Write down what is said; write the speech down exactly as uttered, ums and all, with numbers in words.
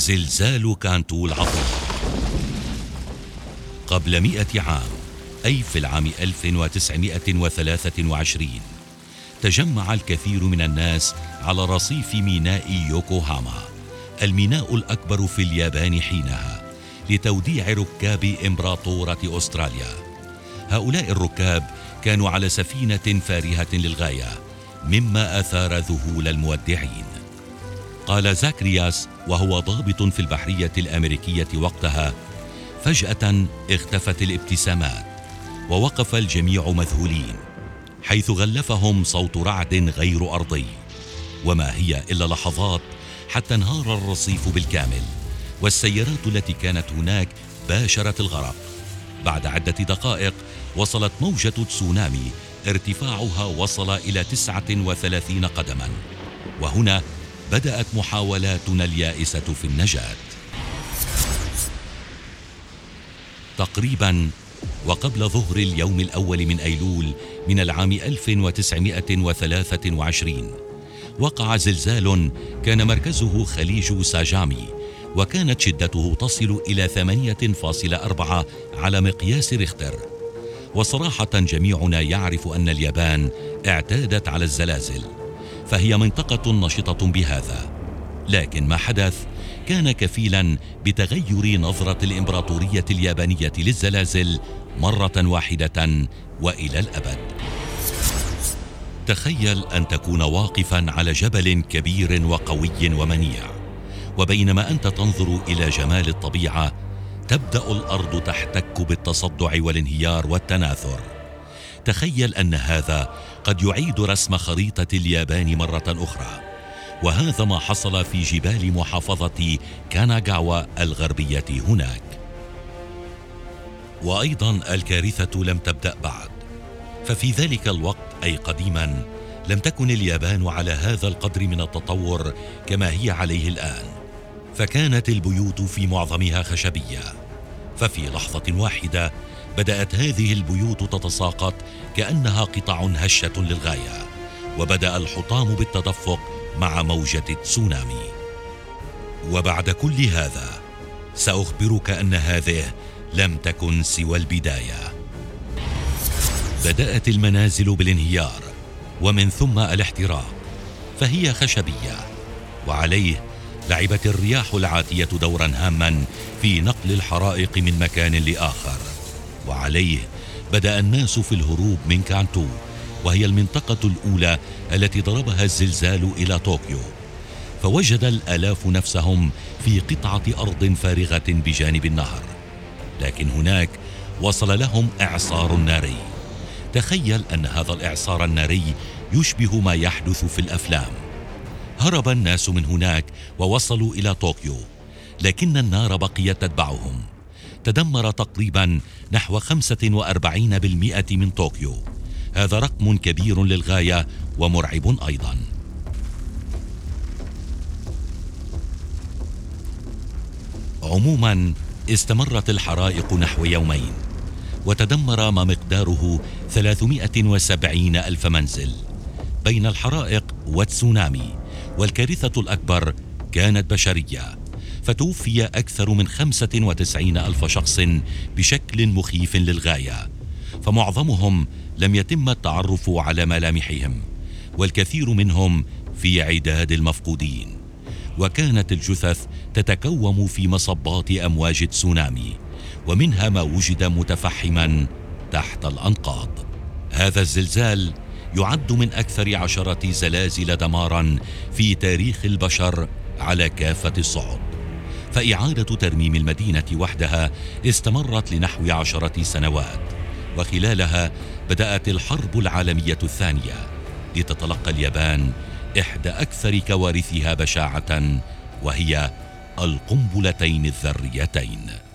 زلزال كانتو العظيم. قبل مئة عام، أي في العام ألف وتسعمائة وثلاثة وعشرين، تجمع الكثير من الناس على رصيف ميناء يوكوهاما، الميناء الأكبر في اليابان حينها، لتوديع ركاب إمبراطورة أستراليا. هؤلاء الركاب كانوا على سفينة فارهة للغاية، مما أثار ذهول المودعين. قال زاكرياس وهو ضابط في البحرية الأمريكية وقتها: فجأة اختفت الابتسامات، ووقف الجميع مذهولين، حيث غلفهم صوت رعد غير أرضي. وما هي إلا لحظات حتى انهار الرصيف بالكامل، والسيارات التي كانت هناك باشرت الغرق. بعد عدة دقائق وصلت موجة تسونامي ارتفاعها وصل إلى تسعة وثلاثين قدما، وهنا بدأت محاولاتنا اليائسة في النجاة. تقريبا وقبل ظهر اليوم الأول من أيلول من العام ألف وتسعمائة وثلاثة وعشرين، وقع زلزال كان مركزه خليج ساجامي، وكانت شدته تصل إلى ثمانية فاصلة أربعة على مقياس ريختر. وصراحة جميعنا يعرف أن اليابان اعتادت على الزلازل، فهي منطقة نشطة بهذا، لكن ما حدث كان كفيلا بتغير نظرة الإمبراطورية اليابانية للزلازل مرة واحدة وإلى الأبد. تخيل أن تكون واقفا على جبل كبير وقوي ومنيع، وبينما أنت تنظر إلى جمال الطبيعة تبدأ الأرض تحتك بالتصدع والانهيار والتناثر. تخيل أن هذا قد يعيد رسم خريطة اليابان مرة أخرى، وهذا ما حصل في جبال محافظة كاناغاوا الغربية هناك. وأيضا الكارثة لم تبدأ بعد، ففي ذلك الوقت أي قديما لم تكن اليابان على هذا القدر من التطور كما هي عليه الآن، فكانت البيوت في معظمها خشبية. ففي لحظة واحدة بدأت هذه البيوت تتساقط كأنها قطع هشة للغاية، وبدأ الحطام بالتدفق مع موجة تسونامي. وبعد كل هذا سأخبرك أن هذه لم تكن سوى البداية. بدأت المنازل بالانهيار ومن ثم الاحتراق، فهي خشبية، وعليه لعبت الرياح العاتية دورا هاما في نقل الحرائق من مكان لآخر. وعليه بدأ الناس في الهروب من كانتو، وهي المنطقة الأولى التي ضربها الزلزال إلى طوكيو، فوجد الآلاف نفسهم في قطعة أرض فارغة بجانب النهر. لكن هناك وصل لهم إعصار ناري. تخيل أن هذا الإعصار الناري يشبه ما يحدث في الأفلام. هرب الناس من هناك ووصلوا إلى طوكيو، لكن النار بقيت تتبعهم. تدمر تقريبا نحو خمسة وأربعين بالمئة من طوكيو. هذا رقم كبير للغاية ومرعب أيضا. عموما استمرت الحرائق نحو يومين، وتدمر ما مقداره ثلاثمائة وسبعين ألف منزل. بين الحرائق والتسونامي والكارثة الأكبر كانت بشرية، فتوفي أكثر من خمسة وتسعين ألف شخص بشكل مخيف للغاية، فمعظمهم لم يتم التعرف على ملامحهم، والكثير منهم في عداد المفقودين. وكانت الجثث تتكوم في مصبات أمواج تسونامي، ومنها ما وجد متفحما تحت الأنقاض. هذا الزلزال يعد من أكثر عشرة زلازل دمارا في تاريخ البشر على كافة الصعد، فإعادة ترميم المدينة وحدها استمرت لنحو عشرة سنوات، وخلالها بدأت الحرب العالمية الثانية، لتتلقى اليابان إحدى أكثر كوارثها بشاعة، وهي القنبلتين الذريتين.